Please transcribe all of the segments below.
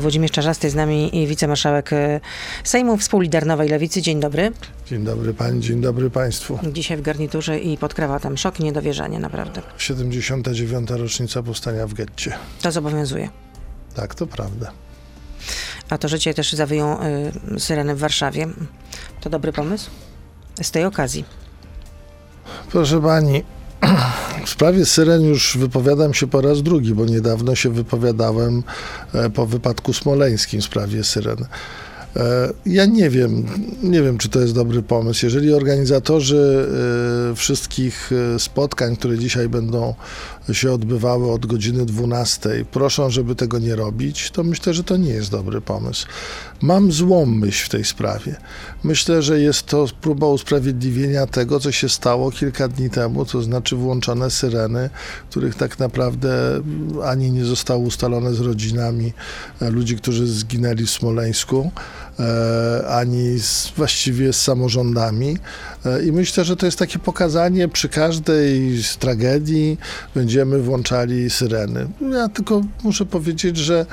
Włodzimierz Czarzasty z nami, wicemarszałek Sejmu Współlider Nowej Lewicy. Dzień dobry. Dzień dobry pani, dzień dobry państwu. Dzisiaj w garniturze i pod krawatem. Szok i niedowierzanie, naprawdę. 79. rocznica powstania w getcie. To zobowiązuje. Tak, to prawda. A to, że dzisiaj też zawyją syreny w Warszawie, to dobry pomysł? Z tej okazji. Proszę pani, w sprawie syren już wypowiadam się po raz drugi, bo niedawno się wypowiadałem po wypadku smoleńskim w sprawie syren. Ja nie wiem, czy to jest dobry pomysł. Jeżeli organizatorzy wszystkich spotkań, które dzisiaj będą się odbywały od godziny 12, proszą, żeby tego nie robić, to myślę, że to nie jest dobry pomysł. Mam złą myśl w tej sprawie. Myślę, że jest to próba usprawiedliwienia tego, co się stało kilka dni temu, to znaczy włączone syreny, których tak naprawdę ani nie zostało ustalone z rodzinami ludzi, którzy zginęli w Smoleńsku, ani właściwie z samorządami. I myślę, że to jest takie pokazanie, przy każdej tragedii będziemy włączali syreny. Ja tylko muszę powiedzieć, że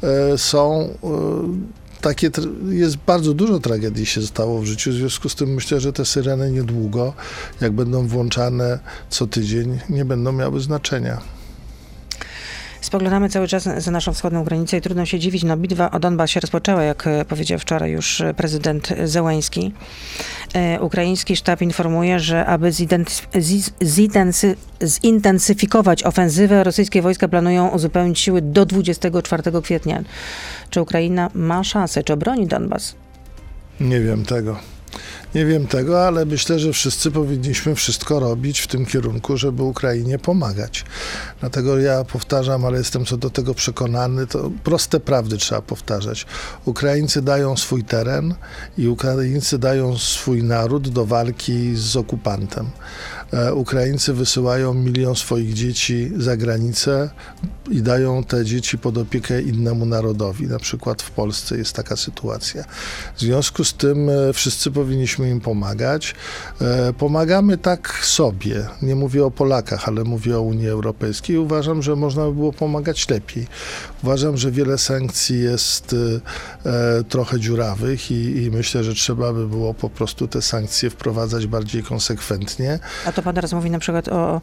jest bardzo dużo tragedii się stało w życiu, w związku z tym myślę, że te syreny niedługo, jak będą włączane co tydzień, nie będą miały znaczenia. Spoglądamy cały czas za naszą wschodnią granicę i trudno się dziwić. Bitwa o Donbas się rozpoczęła, jak powiedział wczoraj już prezydent Zełenski. Ukraiński sztab informuje, że aby zintensyfikować ofensywę, rosyjskie wojska planują uzupełnić siły do 24 kwietnia. Czy Ukraina ma szansę? Czy obroni Donbas? Nie wiem tego, ale myślę, że wszyscy powinniśmy wszystko robić w tym kierunku, żeby Ukrainie pomagać. Dlatego ja powtarzam, ale jestem co do tego przekonany, to proste prawdy trzeba powtarzać. Ukraińcy dają swój teren i Ukraińcy dają swój naród do walki z okupantem. Ukraińcy wysyłają 1 milion swoich dzieci za granicę i dają te dzieci pod opiekę innemu narodowi. Na przykład w Polsce jest taka sytuacja. W związku z tym wszyscy powinniśmy im pomagać. Pomagamy tak sobie. Nie mówię o Polakach, ale mówię o Unii Europejskiej. Uważam, że można by było pomagać lepiej. Uważam, że wiele sankcji jest trochę dziurawych i myślę, że trzeba by było po prostu te sankcje wprowadzać bardziej konsekwentnie. A to pan teraz mówi na przykład o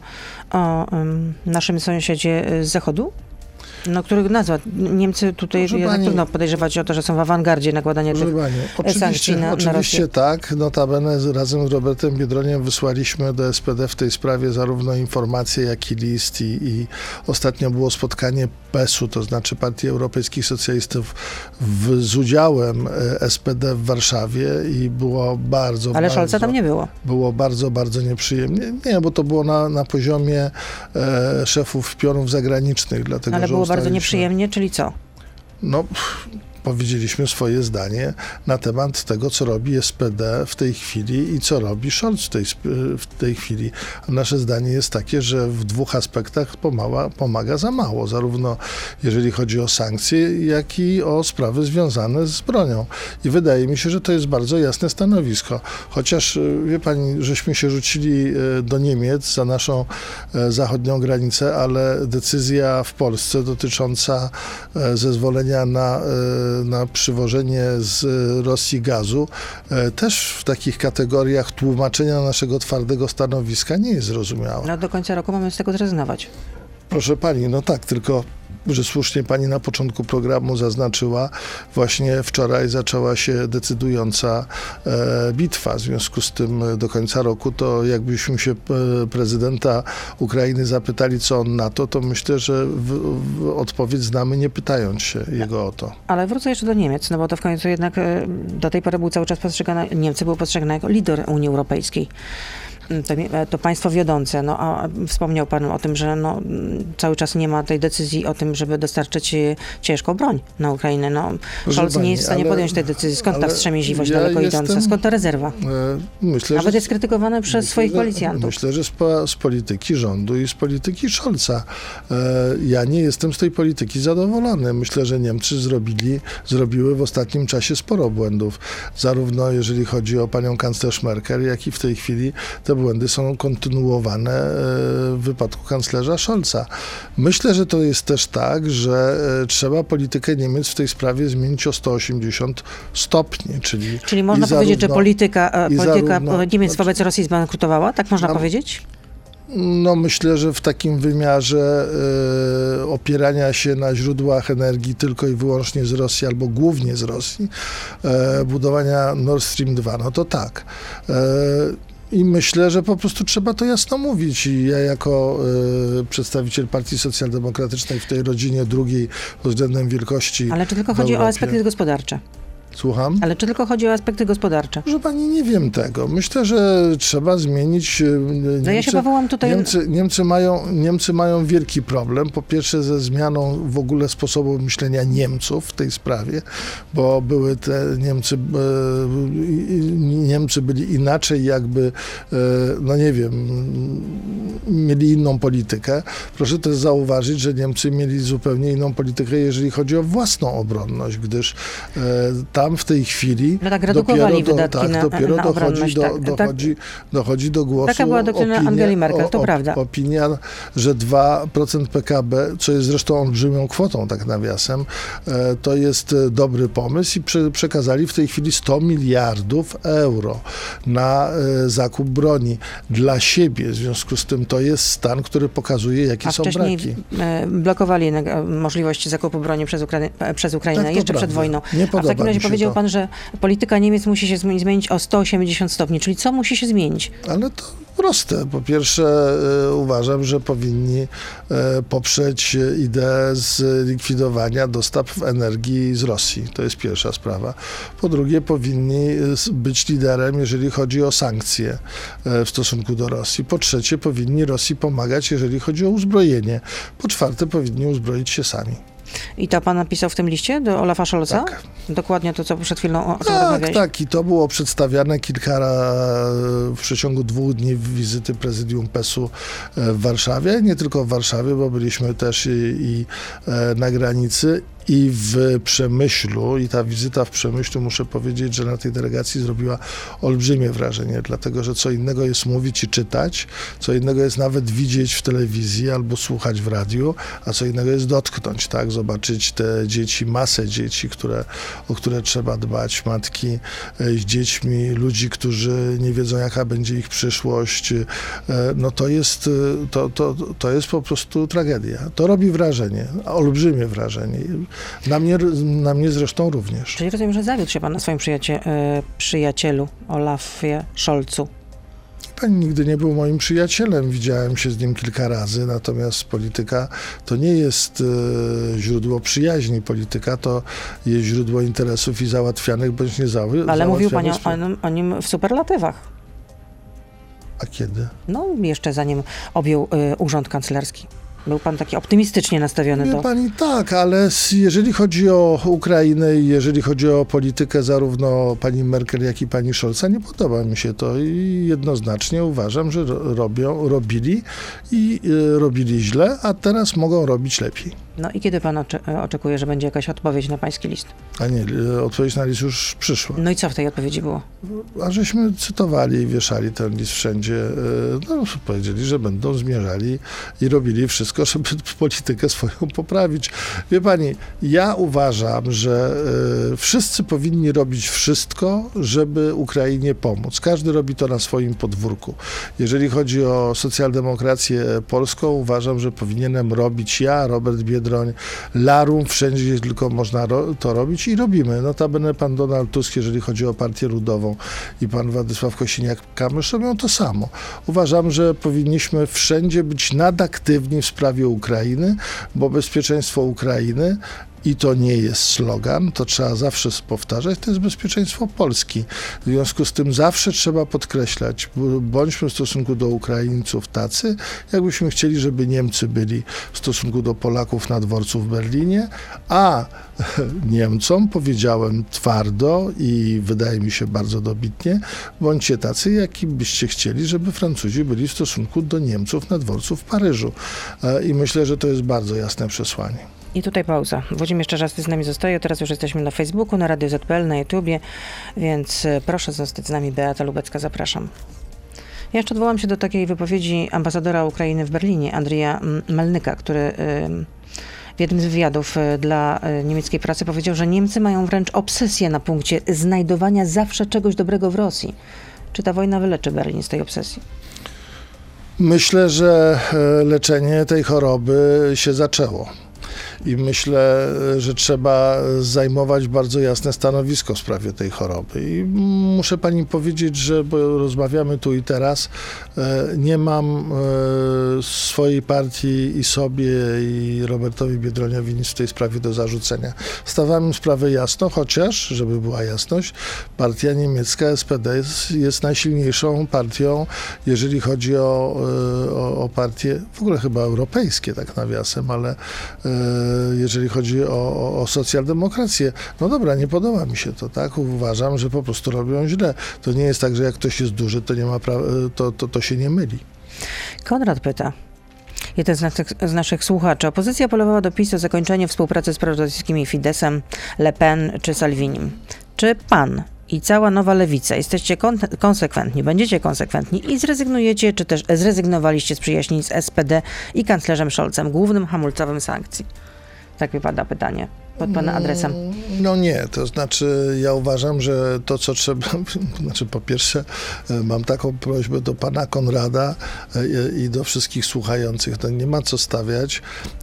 naszym sąsiedzie z Zachodu? No, których nazwa? Niemcy tutaj trudno podejrzewać o to, że są w awangardzie nakładania tych sankcji na Rosję. Oczywiście tak. Notabene razem z Robertem Biedroniem wysłaliśmy do SPD w tej sprawie zarówno informacje, jak i list i ostatnio było spotkanie PES-u, to znaczy Partii Europejskich Socjalistów z udziałem SPD w Warszawie i było Ale Scholza tam nie było. Było bardzo, bardzo nieprzyjemnie. Nie, bo to było na poziomie szefów pionów zagranicznych, dlatego ale było bardzo nieprzyjemnie, czyli co? No, powiedzieliśmy swoje zdanie na temat tego, co robi SPD w tej chwili i co robi Scholz w tej chwili. A nasze zdanie jest takie, że w dwóch aspektach pomaga za mało, zarówno jeżeli chodzi o sankcje, jak i o sprawy związane z bronią. I wydaje mi się, że to jest bardzo jasne stanowisko. Chociaż, wie pani, żeśmy się rzucili do Niemiec za naszą zachodnią granicę, ale decyzja w Polsce dotycząca zezwolenia na przywożenie z Rosji gazu, też w takich kategoriach tłumaczenia naszego twardego stanowiska nie jest zrozumiała. No do końca roku mamy z tego zrezygnować. Proszę pani, no tak, tylko że słusznie pani na początku programu zaznaczyła, właśnie wczoraj zaczęła się decydująca bitwa. W związku z tym do końca roku, to jakbyśmy się prezydenta Ukrainy zapytali, co on na to, to myślę, że odpowiedź znamy, nie pytając się jego o to. Ale wrócę jeszcze do Niemiec, no bo to w końcu jednak do tej pory był cały czas postrzegany, Niemcy były postrzegane jako lider Unii Europejskiej. To państwo wiodące, no a wspomniał pan o tym, że cały czas nie ma tej decyzji o tym, żeby dostarczyć ciężką broń na Ukrainę. Scholz nie jest w stanie podjąć tej decyzji. Skąd ta wstrzemięźliwość daleko idąca? Skąd ta rezerwa? Nawet jest krytykowana przez swoich koalicjantów. Myślę, że z polityki rządu i z polityki Scholza. Ja nie jestem z tej polityki zadowolony. Myślę, że Niemcy zrobiły w ostatnim czasie sporo błędów. Zarówno jeżeli chodzi o panią kanclerz Merkel, jak i w tej chwili te błędy są kontynuowane w wypadku kanclerza Scholza. Myślę, że to jest też tak, że trzeba politykę Niemiec w tej sprawie zmienić o 180 stopni, Czyli można powiedzieć, że polityka Niemiec znaczy, wobec Rosji zbankrutowała? Tak można powiedzieć? No myślę, że w takim wymiarze opierania się na źródłach energii tylko i wyłącznie z Rosji, albo głównie z Rosji, budowania Nord Stream 2, no to tak. I myślę, że po prostu trzeba to jasno mówić. I ja jako przedstawiciel Partii Socjaldemokratycznej w tej rodzinie drugiej pod względem wielkości. Ale czy tylko chodzi o aspekty gospodarcze? Słucham? Ale czy tylko chodzi o aspekty gospodarcze? Proszę pani, nie wiem tego. Myślę, że trzeba zmienić. No ja się powołam tutaj. Niemcy mają wielki problem. Po pierwsze ze zmianą w ogóle sposobu myślenia Niemców w tej sprawie, bo były te Niemcy byli inaczej jakby, no nie wiem, mieli inną politykę. Proszę też zauważyć, że Niemcy mieli zupełnie inną politykę, jeżeli chodzi o własną obronność, gdyż tam w tej chwili no tak, redukowali wydatki na dochodzi do głosu taka była doktryna Angeli Merkel, to prawda. Opinia, że 2% PKB, co jest zresztą olbrzymią kwotą, tak nawiasem, to jest dobry pomysł i przekazali w tej chwili 100 miliardów euro na zakup broni dla siebie. W związku z tym to jest stan, który pokazuje, jakie są braki. A wcześniej blokowali możliwość zakupu broni przez Ukrainę tak, jeszcze prawda. przed wojną. Nie A w takim razie powiedział to. pan, że polityka Niemiec musi się zmienić o 180 stopni. Czyli co musi się zmienić? Ale to proste. Po pierwsze uważam, że powinni poprzeć ideę zlikwidowania dostaw energii z Rosji. To jest pierwsza sprawa. Po drugie powinni być liderem, jeżeli chodzi o sankcje w stosunku do Rosji. Po trzecie powinni Rosji pomagać, jeżeli chodzi o uzbrojenie. Po czwarte powinni uzbroić się sami. I to pan napisał w tym liście do Olafa Scholza? Tak. Dokładnie to, co przed chwilą o tym rozmawiałeś? Tak. I to było przedstawiane w przeciągu 2 dni wizyty prezydium PES-u w Warszawie. Nie tylko w Warszawie, bo byliśmy też i na granicy, i w Przemyślu. I ta wizyta w Przemyślu, muszę powiedzieć, że na tej delegacji zrobiła olbrzymie wrażenie, dlatego że co innego jest mówić i czytać, co innego jest nawet widzieć w telewizji albo słuchać w radiu, a co innego jest dotknąć, tak? Zobaczyć te dzieci, masę dzieci, o które trzeba dbać, matki z dziećmi, ludzi, którzy nie wiedzą, jaka będzie ich przyszłość. No to jest po prostu tragedia. To robi wrażenie, olbrzymie wrażenie. Na mnie zresztą również. Czyli rozumiem, że zawiódł się pan na swoim przyjacielu Olafie Scholzu. Pani nigdy nie był moim przyjacielem. Widziałem się z nim kilka razy, natomiast polityka to nie jest źródło przyjaźni. Polityka to jest źródło interesów i załatwianych bądź nie załatwianych. Ale mówił pan o nim w superlatywach. A kiedy? No, jeszcze zanim objął urząd kanclerski. Był pan taki optymistycznie nastawiony Wie pani, tak, ale jeżeli chodzi o Ukrainę i jeżeli chodzi o politykę zarówno pani Merkel, jak i pani Scholza, nie podoba mi się to i jednoznacznie uważam, że robili źle, a teraz mogą robić lepiej. No i kiedy pan oczekuje, że będzie jakaś odpowiedź na pański list? A nie, odpowiedź na list już przyszła. No i co w tej odpowiedzi było? A żeśmy cytowali i wieszali ten list wszędzie. No, powiedzieli, że będą zmierzali i robili wszystko, żeby politykę swoją poprawić. Wie pani, ja uważam, że wszyscy powinni robić wszystko, żeby Ukrainie pomóc. Każdy robi to na swoim podwórku. Jeżeli chodzi o socjaldemokrację polską, uważam, że powinienem robić ja, Robert Biedroń, larum wszędzie, gdzie tylko można to robić i robimy. Notabene pan Donald Tusk, jeżeli chodzi o Partię Ludową i pan Władysław Kosiniak-Kamysz robią to samo. Uważam, że powinniśmy wszędzie być nadaktywni w sprawie Ukrainy, bo bezpieczeństwo Ukrainy, i to nie jest slogan, to trzeba zawsze powtarzać, to jest bezpieczeństwo Polski. W związku z tym zawsze trzeba podkreślać, bądźmy w stosunku do Ukraińców tacy, jakbyśmy chcieli, żeby Niemcy byli w stosunku do Polaków na dworcu w Berlinie, a Niemcom powiedziałem twardo i wydaje mi się bardzo dobitnie, bądźcie tacy, jaki byście chcieli, żeby Francuzi byli w stosunku do Niemców na dworcu w Paryżu. I myślę, że to jest bardzo jasne przesłanie. I tutaj pauza. Włodzimierz Czarzasty z nami zostaje. Teraz już jesteśmy na Facebooku, na Radio ZPL, na YouTubie, więc proszę zostać z nami. Beata Lubecka, zapraszam. Ja jeszcze odwołam się do takiej wypowiedzi ambasadora Ukrainy w Berlinie, Andrija Melnyka, który w jednym z wywiadów dla niemieckiej prasy powiedział, że Niemcy mają wręcz obsesję na punkcie znajdowania zawsze czegoś dobrego w Rosji. Czy ta wojna wyleczy Berlin z tej obsesji? Myślę, że leczenie tej choroby się zaczęło. I myślę, że trzeba zajmować bardzo jasne stanowisko w sprawie tej choroby. I muszę pani powiedzieć, że bo rozmawiamy tu i teraz, nie mam swojej partii i sobie, i Robertowi Biedroniowi nic w tej sprawie do zarzucenia. Stawałem sprawę jasno, chociaż, żeby była jasność, partia niemiecka SPD jest najsilniejszą partią, jeżeli chodzi o partie, w ogóle chyba europejskie, tak nawiasem, ale jeżeli chodzi o socjaldemokrację. No dobra, nie podoba mi się to, tak? Uważam, że po prostu robią źle. To nie jest tak, że jak ktoś jest duży, to nie ma to się nie myli. Konrad pyta. Jeden z naszych słuchaczy. Opozycja apelowała do PiS o zakończenie współpracy z prorosyjskimi Fidesem, Le Pen czy Salvinim. Czy pan i cała nowa lewica jesteście konsekwentni, będziecie konsekwentni i zrezygnujecie, czy też zrezygnowaliście z przyjaźni z SPD i kanclerzem Scholzem, głównym hamulcowym sankcji? Tak wypada pytanie pod pana adresem. No nie, to znaczy ja uważam, że to, co trzeba, znaczy po pierwsze mam taką prośbę do pana Konrada i do wszystkich słuchających, to nie ma co stawiać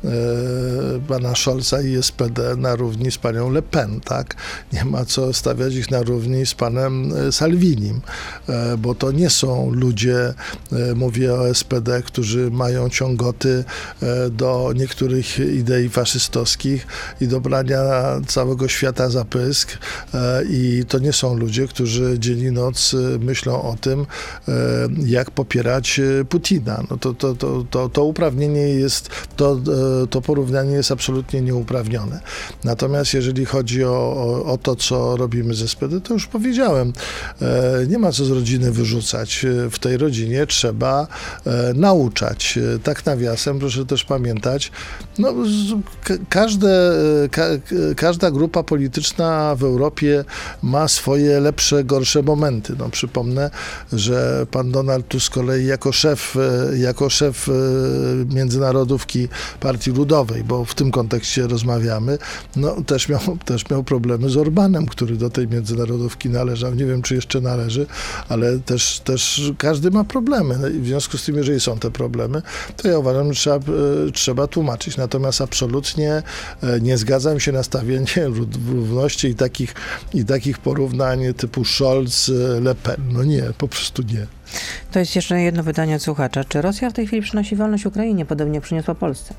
pana Scholza i SPD na równi z panią Le Pen, tak? Nie ma co stawiać ich na równi z panem Salvinim, bo to nie są ludzie, mówię o SPD, którzy mają ciągoty do niektórych idei faszystowskich i do brania całego świata za pysk i to nie są ludzie, którzy dzień i noc myślą o tym, jak popierać Putina. No to uprawnienie jest, to porównanie jest absolutnie nieuprawnione. Natomiast jeżeli chodzi o to, co robimy ze SPD, to już powiedziałem, nie ma co z rodziny wyrzucać. W tej rodzinie trzeba nauczać. Tak nawiasem, proszę też pamiętać, no, każda grupa polityczna w Europie ma swoje lepsze, gorsze momenty. No, przypomnę, że pan Donald Tusk z kolei jako szef międzynarodówki Partii Ludowej, bo w tym kontekście rozmawiamy, no, też miał problemy z Orbanem, który do tej międzynarodówki należał. Nie wiem, czy jeszcze należy, ale też każdy ma problemy. No, i w związku z tym, jeżeli są te problemy, to ja uważam, że trzeba tłumaczyć. Natomiast absolutnie nie zgadzam się na stawienie równości i takich porównań typu Scholz, Le Pen. No nie, po prostu nie. To jest jeszcze jedno pytanie od słuchacza. Czy Rosja w tej chwili przynosi wolność Ukrainie, podobnie jak przyniosła Polsce?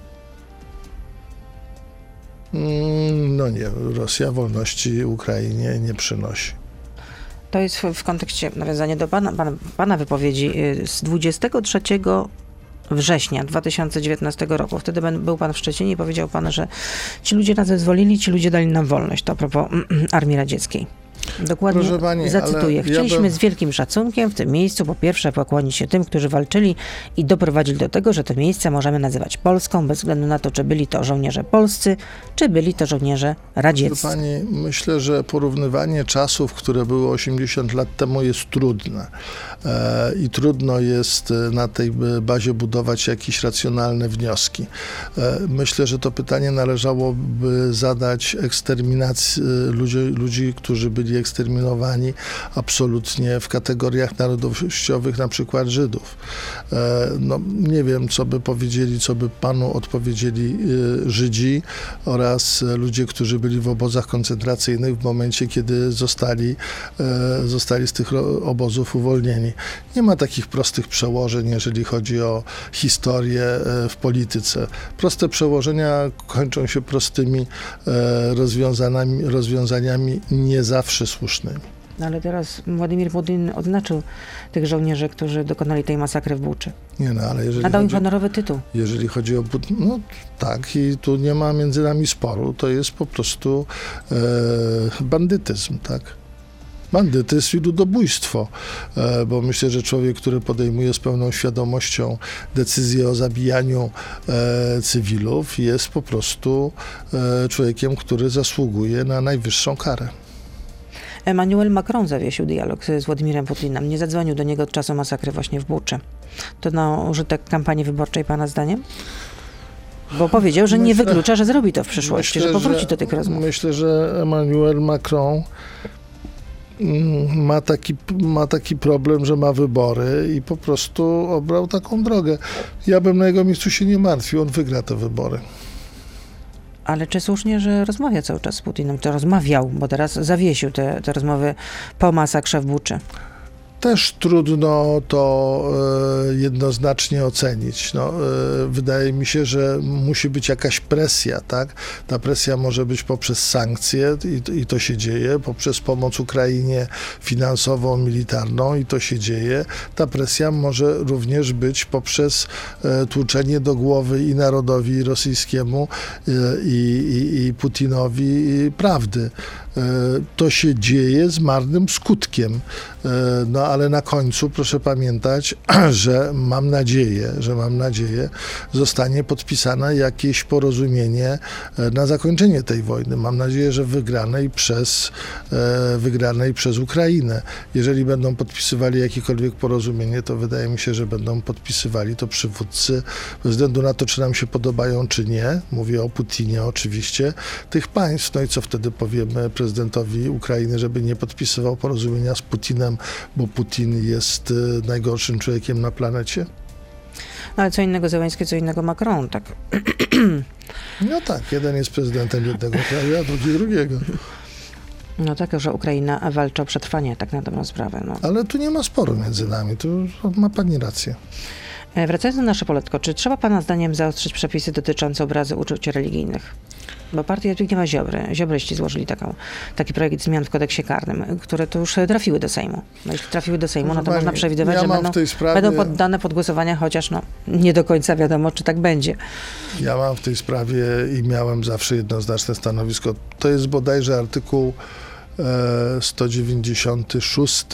No nie, Rosja wolności Ukrainie nie przynosi. To jest w kontekście nawiązania do pana wypowiedzi z 23 września 2019 roku. Wtedy był pan w Szczecinie i powiedział pan, że ci ludzie nas zezwolili, ci ludzie dali nam wolność. To a propos Armii Radzieckiej. Dokładnie pani, zacytuję. Chcieliśmy z wielkim szacunkiem w tym miejscu po pierwsze pokłonić się tym, którzy walczyli i doprowadzili do tego, że to miejsce możemy nazywać Polską, bez względu na to, czy byli to żołnierze polscy, czy byli to żołnierze radzieccy. Pani, myślę, że porównywanie czasów, które były 80 lat temu, jest trudne. I trudno jest na tej bazie budować jakieś racjonalne wnioski. Myślę, że to pytanie należałoby zadać eksterminacji ludzi, którzy byli eksterminowani absolutnie w kategoriach narodowościowych, na przykład Żydów. No, nie wiem, co by panu odpowiedzieli Żydzi oraz ludzie, którzy byli w obozach koncentracyjnych w momencie, kiedy zostali z tych obozów uwolnieni. Nie ma takich prostych przełożeń, jeżeli chodzi o historię w polityce. Proste przełożenia kończą się prostymi rozwiązaniami nie zawsze słusznymi. No ale teraz Władimir Putin odznaczył tych żołnierzy, którzy dokonali tej masakry w Buczy. Nie, no, ale nadał im honorowy tytuł. Jeżeli chodzi o Putin, no tak, i tu nie ma między nami sporu, to jest po prostu bandytyzm, tak? Bandytyzm i ludobójstwo, bo myślę, że człowiek, który podejmuje z pełną świadomością decyzję o zabijaniu cywilów, jest po prostu człowiekiem, który zasługuje na najwyższą karę. Emmanuel Macron zawiesił dialog z Władimirem Putinem. Nie zadzwonił do niego od czasu masakry właśnie w Buczy. To na użytek kampanii wyborczej pana zdaniem? Bo powiedział, że nie wyklucza, że zrobi to w przyszłości, że powróci do tych rozmów. Myślę, że Emmanuel Macron ma taki problem, że ma wybory i po prostu obrał taką drogę. Ja bym na jego miejscu się nie martwił, on wygra te wybory. Ale czy słusznie, że rozmawia cały czas z Putinem? To rozmawiał, bo teraz zawiesił te rozmowy po masakrze w Buczy. Też trudno to jednoznacznie ocenić. Wydaje mi się, że musi być jakaś presja, tak? Ta presja może być poprzez sankcje i to się dzieje, poprzez pomoc Ukrainie finansową, militarną i to się dzieje. Ta presja może również być poprzez tłuczenie do głowy i narodowi rosyjskiemu i Putinowi prawdy. To się dzieje z marnym skutkiem. Ale na końcu proszę pamiętać, że mam nadzieję, zostanie podpisane jakieś porozumienie na zakończenie tej wojny. Mam nadzieję, że wygranej przez Ukrainę. Jeżeli będą podpisywali jakiekolwiek porozumienie, to wydaje mi się, że będą podpisywali to przywódcy, bez względu na to, czy nam się podobają, czy nie. Mówię o Putinie oczywiście, tych państw. No i co wtedy powiemy prezydentowi Ukrainy, żeby nie podpisywał porozumienia z Putinem, bo Putin jest najgorszym człowiekiem na planecie? No ale co innego Zełenski, co innego Macron, tak? No tak, jeden jest prezydentem jednego kraju, a drugi drugiego. No tak, że Ukraina walczy o przetrwanie, tak na dobrą sprawę. No. Ale tu nie ma sporu między nami, tu ma pani rację. Wracając do nasze Poletko, czy trzeba pana zdaniem zaostrzyć przepisy dotyczące obrazy uczuć religijnych? Bo partia Zbigniewa Ziobry, ziobryści złożyli taki projekt zmian w kodeksie karnym, które to już trafiły do Sejmu. No jeśli trafiły do Sejmu, no to można przewidywać, że będą poddane pod głosowania, chociaż nie do końca wiadomo, czy tak będzie. Ja mam w tej sprawie i miałem zawsze jednoznaczne stanowisko. To jest bodajże artykuł 196,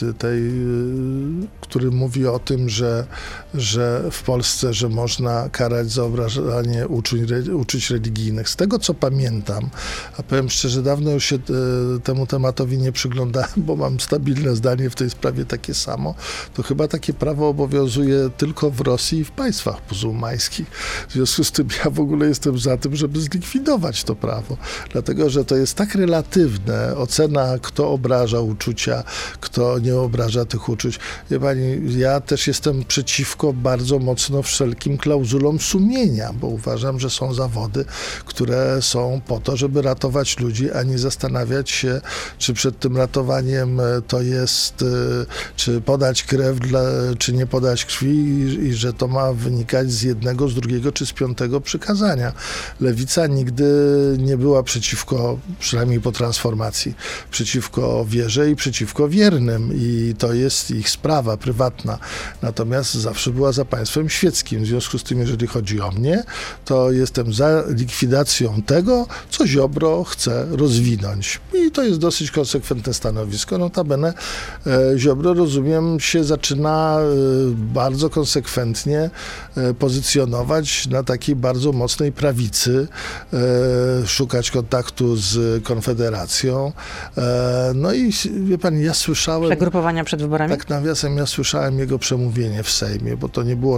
który mówi o tym, że w Polsce, że można karać za obrażanie uczuć religijnych. Z tego, co pamiętam, a powiem szczerze, dawno już się temu tematowi nie przyglądałem, bo mam stabilne zdanie w tej sprawie takie samo, to chyba takie prawo obowiązuje tylko w Rosji i w państwach muzułmańskich. W związku z tym ja w ogóle jestem za tym, żeby zlikwidować to prawo. Dlatego, że to jest tak relatywne, ocena, kto obraża uczucia, kto nie obraża tych uczuć. Wie pani, ja też jestem przeciwko bardzo mocno wszelkim klauzulom sumienia, bo uważam, że są zawody, które są po to, żeby ratować ludzi, a nie zastanawiać się, czy przed tym ratowaniem to jest, czy podać krew, czy nie podać krwi i że to ma wynikać z jednego, z drugiego, czy z 5 przykazania. Lewica nigdy nie była przeciwko, przynajmniej po transformacji, przeciwko wierze i przeciwko wiernym i to jest ich sprawa prywatna. Natomiast zawsze była za państwem świeckim. W związku z tym, jeżeli chodzi o mnie, to jestem za likwidacją tego, co Ziobro chce rozwinąć. I to jest dosyć konsekwentne stanowisko. Notabene Ziobro, rozumiem, się zaczyna bardzo konsekwentnie pozycjonować na takiej bardzo mocnej prawicy, szukać kontaktu z Konfederacją. No i wie pani, ja słyszałem... Przegrupowania przed wyborami? Tak, nawiasem, ja słyszałem jego przemówienie w Sejmie, bo to nie było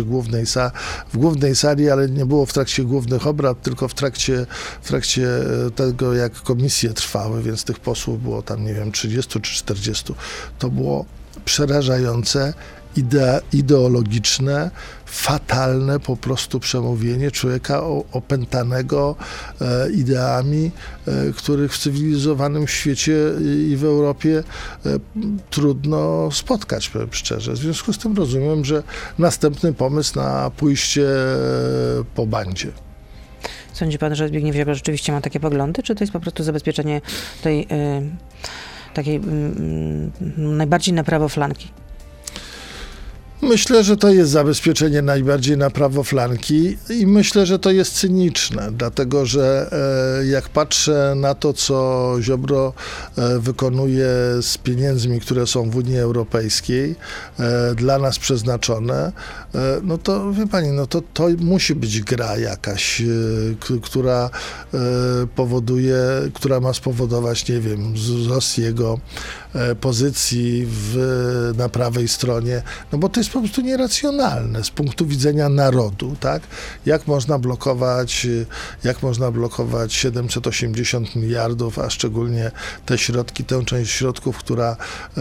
w głównej sali, ale nie było w trakcie głównych obrad, tylko w trakcie tego, jak komisje trwały, więc tych posłów było tam, nie wiem, 30 czy 40. To było przerażające, ideologiczne, fatalne po prostu przemówienie człowieka opętanego ideami, których w cywilizowanym świecie i w Europie trudno spotkać, powiem szczerze. W związku z tym rozumiem, że następny pomysł na pójście po bandzie. Sądzi pan, że Zbigniew Ziobro rzeczywiście ma takie poglądy, czy to jest po prostu zabezpieczenie tej takiej najbardziej na prawo flanki? Myślę, że to jest zabezpieczenie najbardziej na prawo flanki i myślę, że to jest cyniczne, dlatego że jak patrzę na to, co Ziobro wykonuje z pieniędzmi, które są w Unii Europejskiej, dla nas przeznaczone, no to wie pani, no to musi być gra jakaś, która powoduje, która ma spowodować, nie wiem, wzrost jego pozycji na prawej stronie, no bo to jest po prostu nieracjonalne z punktu widzenia narodu, tak? Jak można blokować 780 miliardów, a szczególnie te środki, tę część środków, która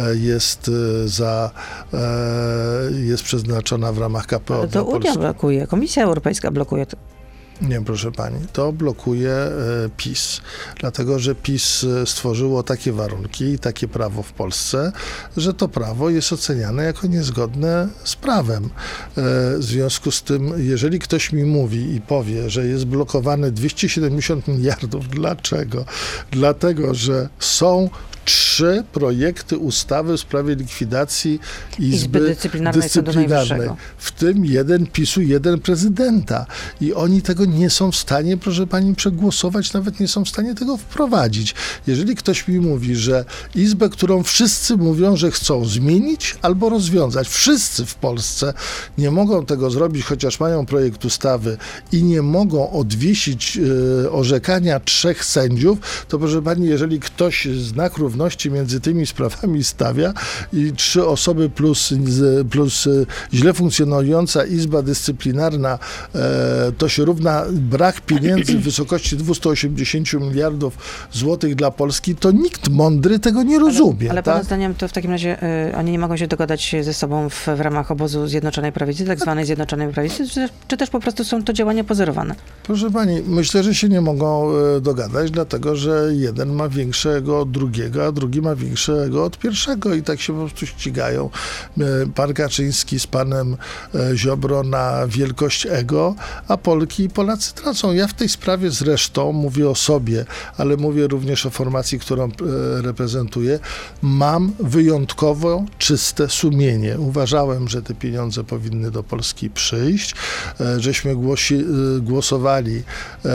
jest przeznaczona w ramach KPO. Ale to Unia blokuje, Komisja Europejska blokuje to. Nie, proszę pani, to blokuje PiS, dlatego że PiS stworzyło takie warunki i takie prawo w Polsce, że to prawo jest oceniane jako niezgodne z prawem. W związku z tym, jeżeli ktoś mi mówi i powie, że jest blokowane 270 miliardów, dlaczego? Dlatego, że są 3 projekty ustawy w sprawie likwidacji Izby Dyscyplinarnej, w tym jeden PiS-u, jeden prezydenta. I oni tego nie są w stanie, proszę pani, przegłosować, nawet nie są w stanie tego wprowadzić. Jeżeli ktoś mi mówi, że Izbę, którą wszyscy mówią, że chcą zmienić albo rozwiązać, wszyscy w Polsce nie mogą tego zrobić, chociaż mają projekt ustawy i nie mogą odwiesić orzekania 3 sędziów, to proszę pani, jeżeli ktoś znak równości między tymi sprawami stawia i 3 osoby plus źle funkcjonująca Izba Dyscyplinarna, to się równa brak pieniędzy w wysokości 280 miliardów złotych dla Polski, to nikt mądry tego nie rozumie. Ale tak? pana zdaniem to w takim razie oni nie mogą się dogadać ze sobą w ramach obozu Zjednoczonej Prawicy, tak zwanej Zjednoczonej Prawicy, czy też po prostu są to działania pozorowane? Proszę pani, myślę, że się nie mogą dogadać, dlatego że jeden ma większego od drugiego, a drugi ma większego od pierwszego i tak się po prostu ścigają. Pan Kaczyński z panem Ziobro na wielkość ego, a Polki i Polacy tracą. Ja w tej sprawie zresztą mówię o sobie, ale mówię również o formacji, którą reprezentuję. Mam wyjątkowo czyste sumienie. Uważałem, że te pieniądze powinny do Polski przyjść, żeśmy głosowali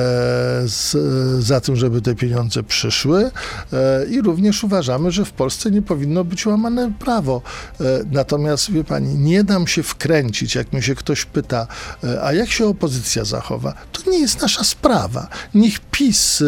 za tym, żeby te pieniądze przyszły i również uważamy, że w Polsce nie powinno być łamane prawo. Natomiast, wie pani, nie dam się wkręcić, jak mnie się ktoś pyta, a jak się opozycja zachowa? To nie jest nasza sprawa. Niech PiS,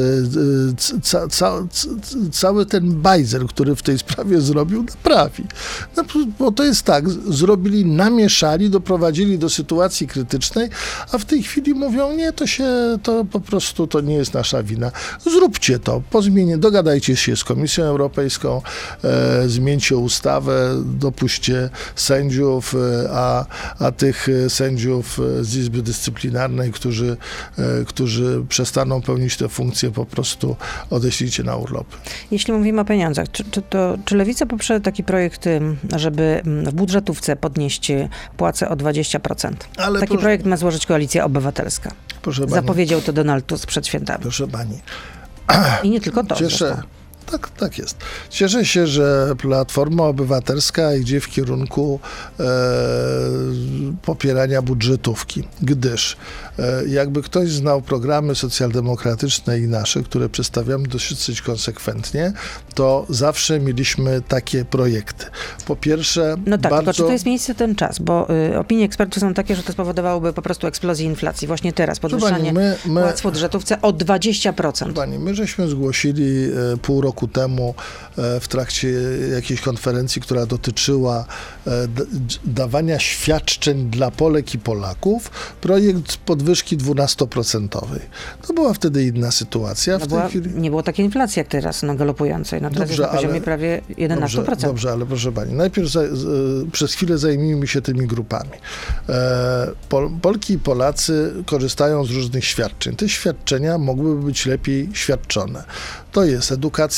cały ten bajzel, który w tej sprawie zrobił, naprawi. No, bo to jest tak, zrobili, namieszali, doprowadzili do sytuacji krytycznej, a w tej chwili mówią, nie, to po prostu to nie jest nasza wina. Zróbcie to, dogadajcie się z Komisją Europejską, zmieńcie ustawę, dopuśćcie sędziów, a tych sędziów z Izby Dyscyplinarnej, którzy przestaną pełnić te funkcje, po prostu odeślijcie na urlopy. Jeśli mówimy o pieniądzach, czy Lewica poprze taki projekt, żeby w budżetówce podnieść płacę o 20%? Taki projekt ma złożyć Koalicja Obywatelska. Proszę pani, zapowiedział to Donald Tusk przed świętami. Proszę pani. I nie tylko to. Tak jest. Cieszę się, że Platforma Obywatelska idzie w kierunku popierania budżetówki, gdyż jakby ktoś znał programy socjaldemokratyczne i nasze, które przedstawiamy dosyć konsekwentnie, to zawsze mieliśmy takie projekty. Po pierwsze, no tak, tylko czy to jest miejsce, ten czas? Bo opinie ekspertów są takie, że to spowodowałoby po prostu eksplozję inflacji. Właśnie teraz podwyższanie płac w budżetówce o 20%. Pani, my żeśmy zgłosili pół roku temu w trakcie jakiejś konferencji, która dotyczyła dawania świadczeń dla Polek i Polaków, projekt podwyżki 12%. To była wtedy inna sytuacja. Nie było takiej inflacji jak teraz, galopującej. No teraz jest na poziomie prawie 11%. Dobrze, ale proszę pani, najpierw przez chwilę zajmijmy się tymi grupami. Polki i Polacy korzystają z różnych świadczeń. Te świadczenia mogłyby być lepiej świadczone. To jest edukacja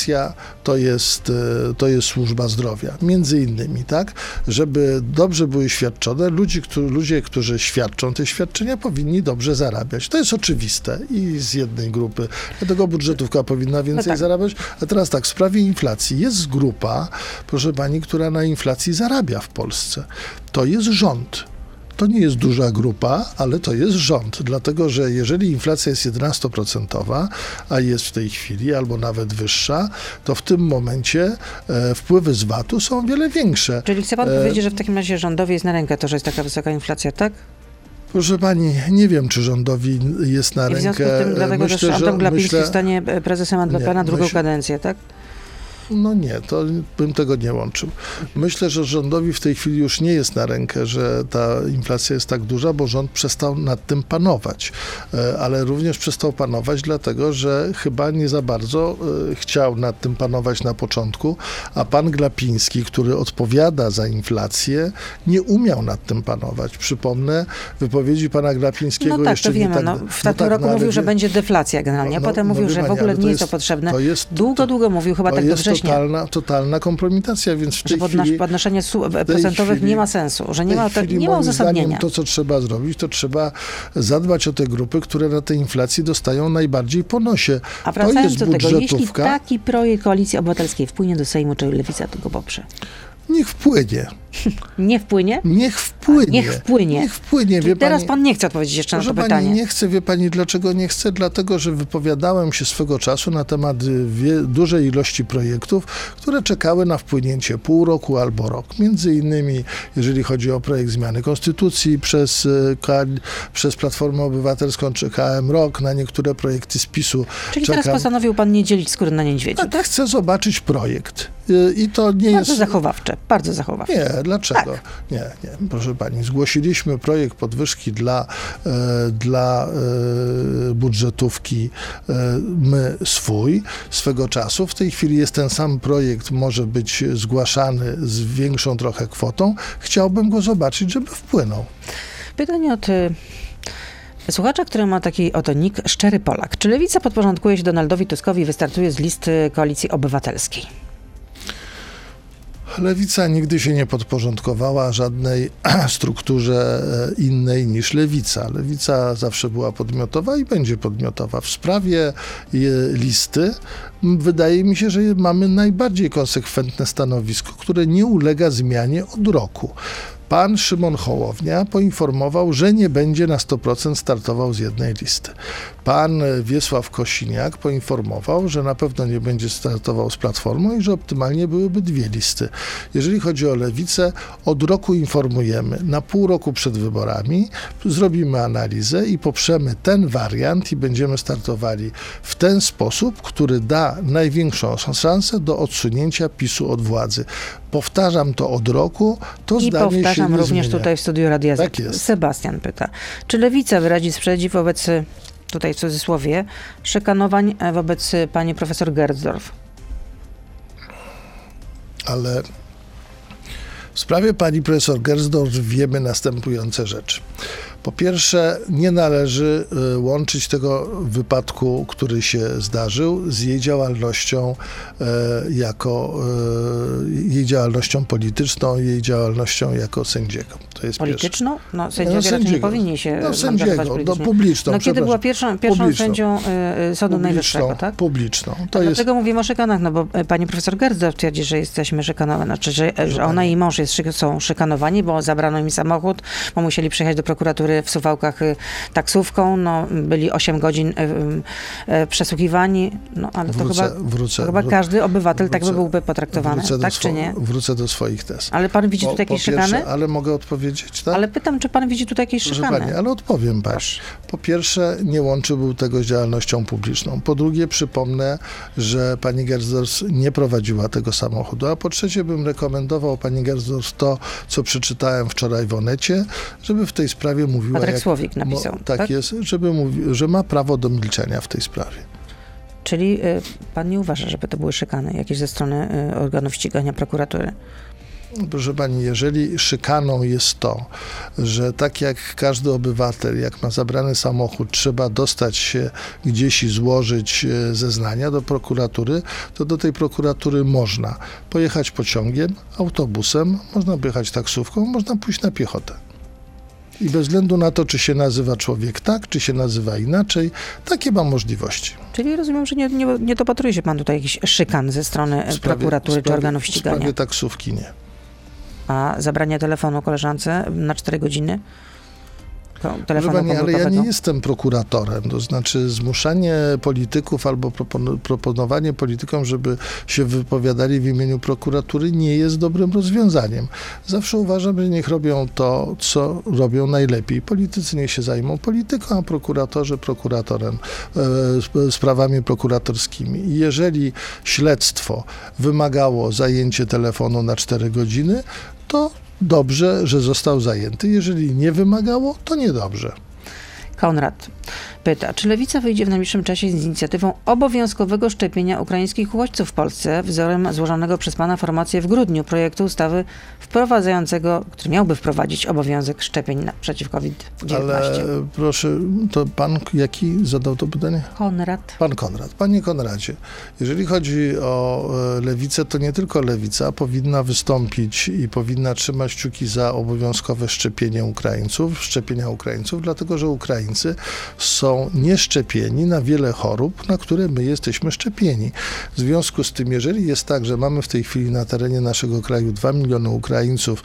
inflacja to jest służba zdrowia. Między innymi, tak? Żeby dobrze były świadczone, ludzie, którzy świadczą te świadczenia, powinni dobrze zarabiać. To jest oczywiste i z jednej grupy. Dlatego budżetówka powinna więcej zarabiać. A teraz tak, w sprawie inflacji. Jest grupa, proszę pani, która na inflacji zarabia w Polsce. To jest rząd. To nie jest duża grupa, ale to jest rząd, dlatego że jeżeli inflacja jest 11%, a jest w tej chwili, albo nawet wyższa, to w tym momencie wpływy z VAT-u są o wiele większe. Czyli chce pan powiedzieć, że w takim razie rządowi jest na rękę to, że jest taka wysoka inflacja, tak? Proszę pani, nie wiem, czy rządowi jest na I w związku rękę. z tym, dlatego też Anton Glapiński stanie prezesem NBP na drugą kadencję, tak? No nie, to bym tego nie łączył. Myślę, że rządowi w tej chwili już nie jest na rękę, że ta inflacja jest tak duża, bo rząd przestał nad tym panować. Ale również przestał panować dlatego, że chyba nie za bardzo chciał nad tym panować na początku, a pan Glapiński, który odpowiada za inflację, nie umiał nad tym panować. Przypomnę wypowiedzi pana Glapińskiego. No tak, jeszcze to wiemy. W tamtym roku mówił, że będzie deflacja generalnie, a potem mówił, że w ogóle nie jest to potrzebne. Długo mówił, chyba tak do września. Totalna kompromitacja, więc w tej chwili... podnoszenie procentowych nie ma sensu, że nie ma uzasadnienia. To, co trzeba zrobić, to trzeba zadbać o te grupy, które na tej inflacji dostają najbardziej po nosie. A wracając do tego, jeśli taki projekt Koalicji Obywatelskiej wpłynie do Sejmu, czy Lewica tego poprze? Niech wpłynie. Nie wpłynie? Niech wpłynie. Niech wpłynie. Niech wpłynie. Czyli teraz pan nie chce odpowiedzieć jeszcze na to pytanie. Pani nie chce, wie pani, dlaczego nie chce? Dlatego, że wypowiadałem się swego czasu na temat dużej ilości projektów, które czekały na wpłynięcie pół roku albo rok. Między innymi, jeżeli chodzi o projekt zmiany konstytucji przez Platformę Obywatelską, czekałem rok na niektóre projekty z PiS-u. Czyli teraz postanowił pan nie dzielić skóry na niedźwiedziu, tak? Chcę zobaczyć projekt. I to nie bardzo jest... zachowawcze, bardzo zachowawcze. Nie, dlaczego? Tak. Nie, proszę pani. Zgłosiliśmy projekt podwyżki dla budżetówki my swój swego czasu. W tej chwili jest ten sam projekt, może być zgłaszany z większą trochę kwotą. Chciałbym go zobaczyć, żeby wpłynął. Pytanie od słuchacza, który ma taki oto nick, Szczery Polak. Czy Lewica podporządkuje się Donaldowi Tuskowi i wystartuje z listy Koalicji Obywatelskiej? Lewica nigdy się nie podporządkowała żadnej strukturze innej niż lewica. Lewica zawsze była podmiotowa i będzie podmiotowa. W sprawie listy wydaje mi się, że mamy najbardziej konsekwentne stanowisko, które nie ulega zmianie od roku. Pan Szymon Hołownia poinformował, że nie będzie na 100% startował z jednej listy. Pan Wiesław Kosiniak poinformował, że na pewno nie będzie startował z Platformą i że optymalnie byłyby dwie listy. Jeżeli chodzi o Lewicę, od roku informujemy. Na pół roku przed wyborami zrobimy analizę i poprzemy ten wariant i będziemy startowali w ten sposób, który da największą szansę do odsunięcia PiS-u od władzy. Powtarzam to od roku, to zdanie się nie zmienia. I powtarzam również tutaj w studiu Radia Z. Tak jest. Sebastian pyta, czy Lewica wyrazi sprzeciw wobec, tutaj w cudzysłowie, szykanowań wobec pani profesor Gersdorf? Ale w sprawie pani profesor Gersdorf wiemy następujące rzeczy. Po pierwsze, nie należy łączyć tego wypadku, który się zdarzył, z jej działalnością jej działalnością polityczną, jej działalnością jako sędziego. To jest polityczną? No, sędziowie raczej nie powinni się sędziego, publiczną. No, kiedy była pierwszą sędzią Sądu Najwyższego, tak? Publiczną. Dlatego mówimy o szykanach, no bo pani profesor Gersdorf twierdzi, że jesteśmy szykanowani, znaczy, że ona i jej mąż są szykanowani, bo zabrano im samochód, bo musieli przyjechać do prokuratury w Suwałkach taksówką, no, byli 8 godzin przesłuchiwani, no ale to chyba każdy obywatel tak by byłby potraktowany, tak czy nie? Wrócę do swoich tez. Ale pan widzi tutaj jakieś szykany? Ale mogę odpowiedzieć, tak? Ale pytam, czy pan widzi tutaj jakieś szykany? Pani, ale odpowiem pani. Po pierwsze, nie łączyłby tego z działalnością publiczną. Po drugie, przypomnę, że pani Gersdorf nie prowadziła tego samochodu. A po trzecie, bym rekomendował pani Gersdorf to, co przeczytałem wczoraj w Onecie, żeby w tej sprawie mówiła... Patryk Słowik napisał. Tak jest, żeby mówił, że ma prawo do milczenia w tej sprawie. Czyli pan nie uważa, żeby to były szykany jakieś ze strony organów ścigania prokuratury? Proszę pani, jeżeli szykaną jest to, że tak jak każdy obywatel, jak ma zabrany samochód, trzeba dostać się gdzieś i złożyć zeznania do prokuratury, to do tej prokuratury można pojechać pociągiem, autobusem, można pojechać taksówką, można pójść na piechotę. I bez względu na to, czy się nazywa człowiek tak, czy się nazywa inaczej, takie ma możliwości. Czyli rozumiem, że nie dopatruje się pan tutaj jakichś szykan ze strony prokuratury czy organów ścigania. W sprawie taksówki nie. A zabranie telefonu koleżance na 4 godziny? Telefonu Pani, ale ja komórkowego? nie jestem prokuratorem, to znaczy zmuszanie polityków albo proponowanie politykom, żeby się wypowiadali w imieniu prokuratury, nie jest dobrym rozwiązaniem. Zawsze uważam, że niech robią to, co robią najlepiej. Politycy niech się zajmą polityką, a prokuratorzy prokuratorem, sprawami prokuratorskimi. I jeżeli śledztwo wymagało zajęcie telefonu na 4 godziny, to dobrze, że został zajęty. Jeżeli nie wymagało, to niedobrze. Konrad pyta, czy Lewica wyjdzie w najbliższym czasie z inicjatywą obowiązkowego szczepienia ukraińskich uchodźców w Polsce, wzorem złożonego przez pana formację w grudniu projektu ustawy wprowadzającego, który miałby wprowadzić obowiązek szczepień przeciw COVID-19? Ale proszę, to pan jaki zadał to pytanie? Konrad. Pan Konrad. Panie Konradzie, jeżeli chodzi o Lewicę, to nie tylko Lewica powinna wystąpić i powinna trzymać kciuki za obowiązkowe szczepienia Ukraińców, dlatego że Ukraińcy są nieszczepieni na wiele chorób, na które my jesteśmy szczepieni. W związku z tym, jeżeli jest tak, że mamy w tej chwili na terenie naszego kraju 2 miliony Ukraińców,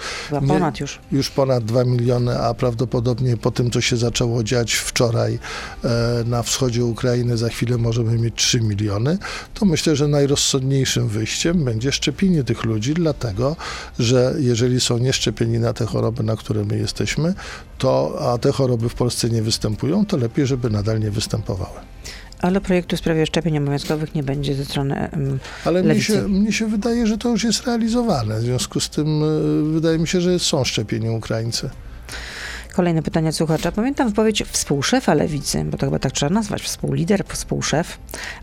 już ponad 2 miliony, a prawdopodobnie po tym, co się zaczęło dziać wczoraj na wschodzie Ukrainy, za chwilę możemy mieć 3 miliony, to myślę, że najrozsądniejszym wyjściem będzie szczepienie tych ludzi, dlatego, że jeżeli są nieszczepieni na te choroby, na które my jesteśmy, a te choroby w Polsce nie występują, to lepiej, żeby nadal nie występowały. Ale projektu w sprawie szczepień obowiązkowych nie będzie ze strony Ale Lewicy. mnie się wydaje, że to już jest realizowane. W związku z tym wydaje mi się, że są szczepieni Ukraińcy. Kolejne pytanie od słuchacza. Pamiętam wypowiedź współszefa Lewicy, bo to chyba tak trzeba nazwać, współlider, współszef,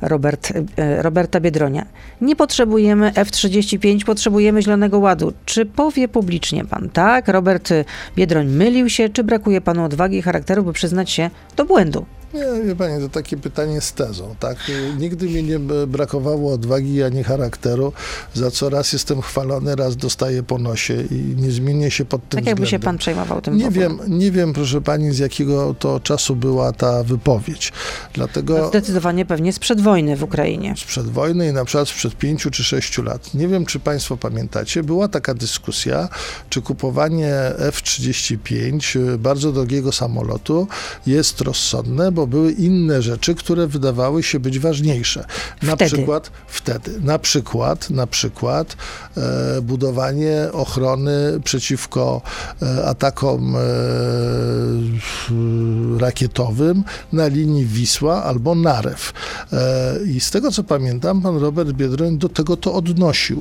Roberta Biedronia. Nie potrzebujemy F-35, potrzebujemy Zielonego Ładu. Czy powie publicznie pan tak? Robert Biedroń mylił się, czy brakuje panu odwagi i charakteru, by przyznać się do błędu? Nie, wie pani, to takie pytanie z tezą, tak? Nigdy mi nie brakowało odwagi ani charakteru, za co raz jestem chwalony, raz dostaję po nosie i nie zmienię się pod tym tak jakby względem. się pan przejmował tym Nie wiem, proszę pani, z jakiego to czasu była ta wypowiedź. Dlatego no zdecydowanie pewnie sprzed wojny w Ukrainie. Sprzed wojny i na przykład sprzed 5 czy 6 lat. Nie wiem, czy państwo pamiętacie, była taka dyskusja, czy kupowanie F-35, bardzo drogiego samolotu, jest rozsądne, bo były inne rzeczy, które wydawały się być ważniejsze. Na przykład budowanie ochrony przeciwko atakom rakietowym na linii Wisła albo Narew. I z tego, co pamiętam, pan Robert Biedroń do tego to odnosił.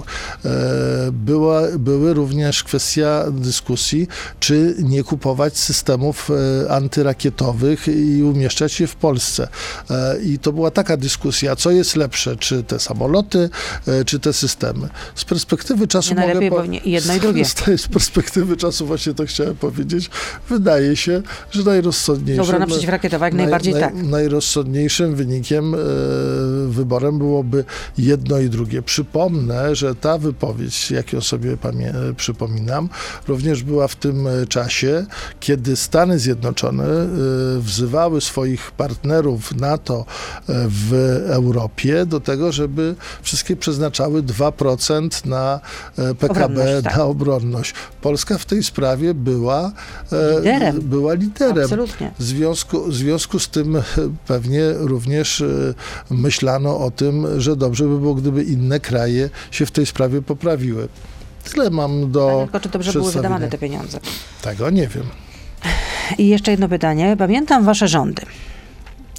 Były również kwestia dyskusji, czy nie kupować systemów antyrakietowych i umieszczać je w Polsce. I to była taka dyskusja, co jest lepsze, czy te samoloty, czy te systemy. Z perspektywy czasu pewnie jedno i drugie. Z perspektywy czasu właśnie to chciałem powiedzieć. Wydaje się, że najrozsądniejszym... Obrona przeciwrakietowa jak najbardziej tak. Najrozsądniejszym wynikiem, wyborem byłoby jedno i drugie. Przypomnę, że ta wypowiedź, jak ją sobie przypominam, również była w tym czasie, kiedy Stany Zjednoczone wzywały swoich partnerów NATO w Europie do tego, żeby wszystkie przeznaczały 2% na PKB, na obronność. Polska w tej sprawie była liderem. Absolutnie. W związku z tym pewnie również myślano o tym, że dobrze by było, gdyby inne kraje się w tej sprawie poprawiły. Tyle mam do tylko czy dobrze były wydawane te pieniądze? Tego nie wiem. I jeszcze jedno pytanie. Pamiętam wasze rządy.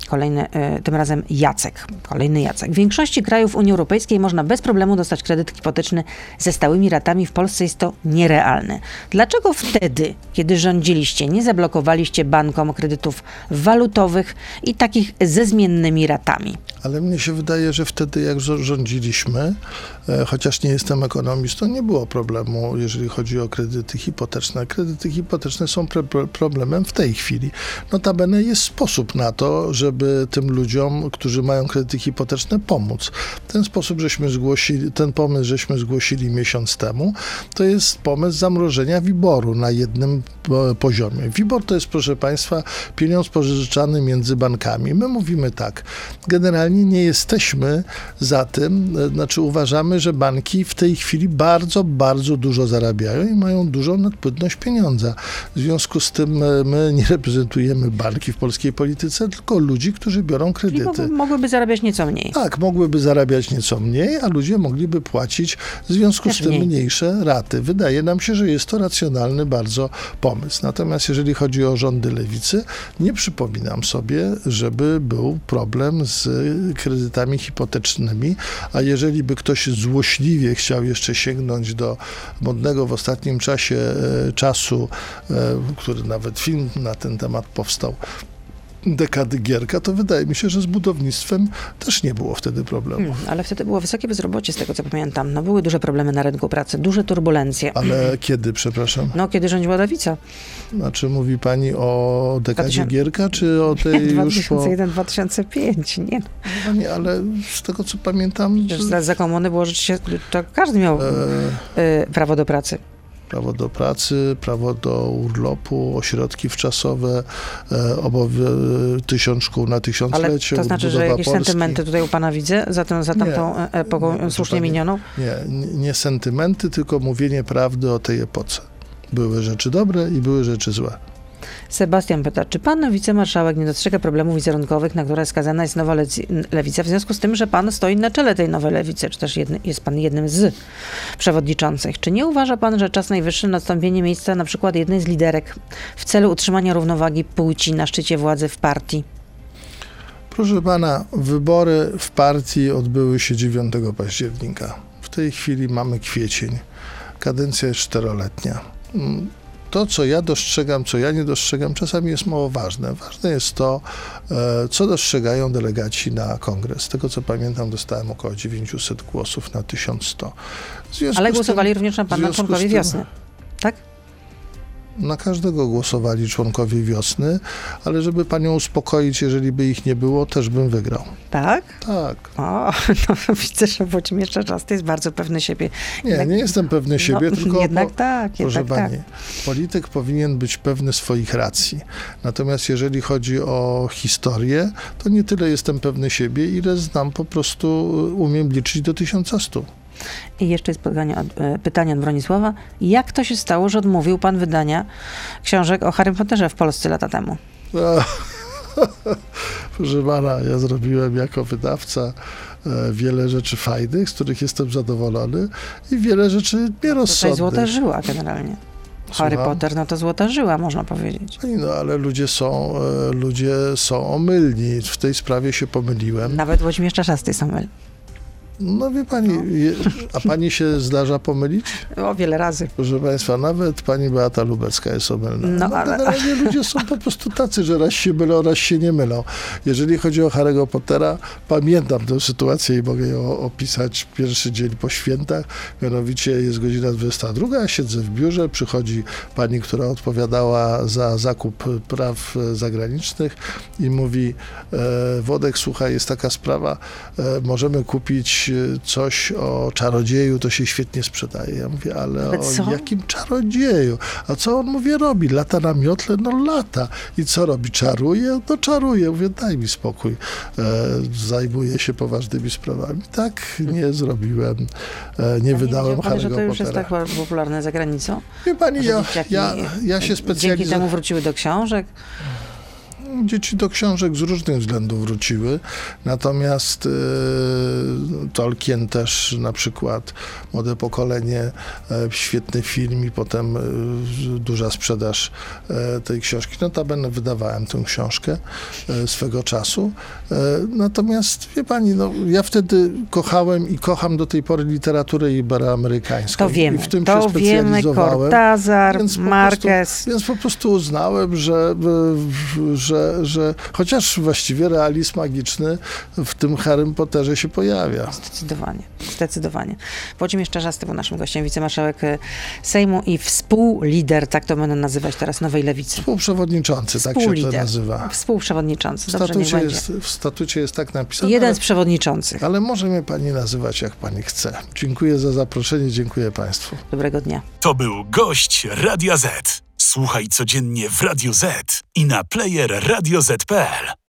Tym razem Jacek. Kolejny Jacek. W większości krajów Unii Europejskiej można bez problemu dostać kredyt hipoteczny ze stałymi ratami. W Polsce jest to nierealne. Dlaczego wtedy, kiedy rządziliście, nie zablokowaliście bankom kredytów walutowych i takich ze zmiennymi ratami? Ale mnie się wydaje, że wtedy jak rządziliśmy, chociaż nie jestem ekonomistą, nie było problemu, jeżeli chodzi o kredyty hipoteczne. Kredyty hipoteczne są problemem w tej chwili. Notabene jest sposób na to, żeby tym ludziom, którzy mają kredyty hipoteczne, pomóc. Ten pomysł żeśmy zgłosili miesiąc temu. To jest pomysł zamrożenia WIBOR-u na jednym poziomie. WIBOR to jest, proszę Państwa, pieniądz pożyczany między bankami. My mówimy tak, generalnie nie jesteśmy za tym, znaczy uważamy, że banki w tej chwili bardzo, bardzo dużo zarabiają i mają dużą nadpłynność pieniądza. W związku z tym my nie reprezentujemy banki w polskiej polityce, tylko ludzi, którzy biorą kredyty. Czyli mogłyby zarabiać nieco mniej. Tak, mogłyby zarabiać nieco mniej, a ludzie mogliby płacić w związku z tym mniejsze raty. Wydaje nam się, że jest to racjonalny bardzo pomysł. Natomiast jeżeli chodzi o rządy lewicy, nie przypominam sobie, żeby był problem z kredytami hipotecznymi, a jeżeli by ktoś złośliwie chciał jeszcze sięgnąć do modnego w ostatnim czasu, który nawet film na ten temat powstał, dekady Gierka, to wydaje mi się, że z budownictwem też nie było wtedy problemu. Ale wtedy było wysokie bezrobocie, z tego co pamiętam. No, były duże problemy na rynku pracy, duże turbulencje. Ale kiedy, przepraszam? No, kiedy rządziła lewica. Znaczy mówi pani o dekadzie Gierka, czy o tej już po... 2001-2005, nie? Pani, ale z tego co pamiętam... Za komuny było, że to każdy miał prawo do pracy. Prawo do pracy, prawo do urlopu, ośrodki wczasowe, 1000 szkół na tysiąclecie. Ale to znaczy, że jakieś Polski. sentymenty tutaj u pana widzę za tamtą epoką słusznie minioną? Nie sentymenty, tylko mówienie prawdy o tej epoce. Były rzeczy dobre i były rzeczy złe. Sebastian pyta, czy pan wicemarszałek nie dostrzega problemów wizerunkowych, na które skazana jest nowa lewica, w związku z tym, że pan stoi na czele tej nowej lewicy, czy też jest pan jednym z przewodniczących. Czy nie uważa pan, że czas najwyższy na odstąpienie miejsca na przykład jednej z liderek w celu utrzymania równowagi płci na szczycie władzy w partii? Proszę pana, wybory w partii odbyły się 9 października. W tej chwili mamy kwiecień. Kadencja jest 4-letnia. To, co ja dostrzegam, co ja nie dostrzegam, czasami jest mało ważne. Ważne jest to, co dostrzegają delegaci na kongres. Z tego, co pamiętam, dostałem około 900 głosów na 1100. Ale głosowali również na pana członkowie Wiosny, tak? Na każdego głosowali członkowie Wiosny, ale żeby panią uspokoić, jeżeli by ich nie było, też bym wygrał. Tak? Tak. O, no widzę, że Włodzimierz Czarzasty jest bardzo pewny siebie. Nie jestem pewny siebie, tylko... Jednak tak, proszę jednak pani, polityk powinien być pewny swoich racji. Natomiast jeżeli chodzi o historię, to nie tyle jestem pewny siebie, ile znam po prostu, umiem liczyć do 1100. I jeszcze jest pytanie od Bronisława. Jak to się stało, że odmówił pan wydania książek o Harrym Potterze w Polsce lata temu? Proszę pana, ja zrobiłem jako wydawca wiele rzeczy fajnych, z których jestem zadowolony i wiele rzeczy nierozsądnych. To jest złota żyła generalnie. Harry Potter, no to złota żyła, można powiedzieć. No ale ludzie są omylni. W tej sprawie się pomyliłem. Nawet Włodzimierz Czarzasty jest omylny. No wie pani, a pani się zdarza pomylić? O, wiele razy. Proszę państwa, nawet pani Beata Lubecka jest omylna. No, generalnie ludzie są po prostu tacy, że raz się mylą, raz się nie mylą. Jeżeli chodzi o Harry'ego Pottera, pamiętam tę sytuację i mogę ją opisać pierwszy dzień po świętach. Mianowicie jest godzina 22, ja siedzę w biurze, przychodzi pani, która odpowiadała za zakup praw zagranicznych i mówi: Włodek, słuchaj, jest taka sprawa, możemy kupić coś o czarodzieju, to się świetnie sprzedaje. Ja mówię, ale o jakim czarodzieju? A co on, mówię, robi? Lata na miotle? No lata. I co robi? Czaruje? No czaruje. Mówię, daj mi spokój. Zajmuję się poważnymi sprawami. Tak nie zrobiłem. Nie wydałem Harry'ego Pottera. Że to już jest tak popularne za granicą? Wie pani, ja się specjalizowałem. Dzięki temu wróciły do książek? Dzieci do książek z różnych względów wróciły, natomiast Tolkien też na przykład, Młode pokolenie, świetny film i potem duża sprzedaż tej książki. Notabene wydawałem tę książkę swego czasu. Natomiast wie pani, no, ja wtedy kochałem i kocham do tej pory literaturę iberoamerykańską. To wiemy, I w tym to się wiemy, specjalizowałem. Cortázar, Więc Marquez. Więc po prostu uznałem, że chociaż właściwie realizm magiczny w tym Harrym Potterze się pojawia. Zdecydowanie. Włodzimierz Czarzasty był naszym gościem, wicemarszałek Sejmu i współlider, tak to będę nazywać teraz, Nowej Lewicy. Współprzewodniczący, tak się to nazywa. Współprzewodniczący, dobrze, niech będzie. W statucie jest tak napisane. Jeden z przewodniczących. Ale może mnie pani nazywać, jak pani chce. Dziękuję za zaproszenie, dziękuję państwu. Dobrego dnia. To był gość Radia Z. Słuchaj codziennie w Radio Z i na player radioz.pl.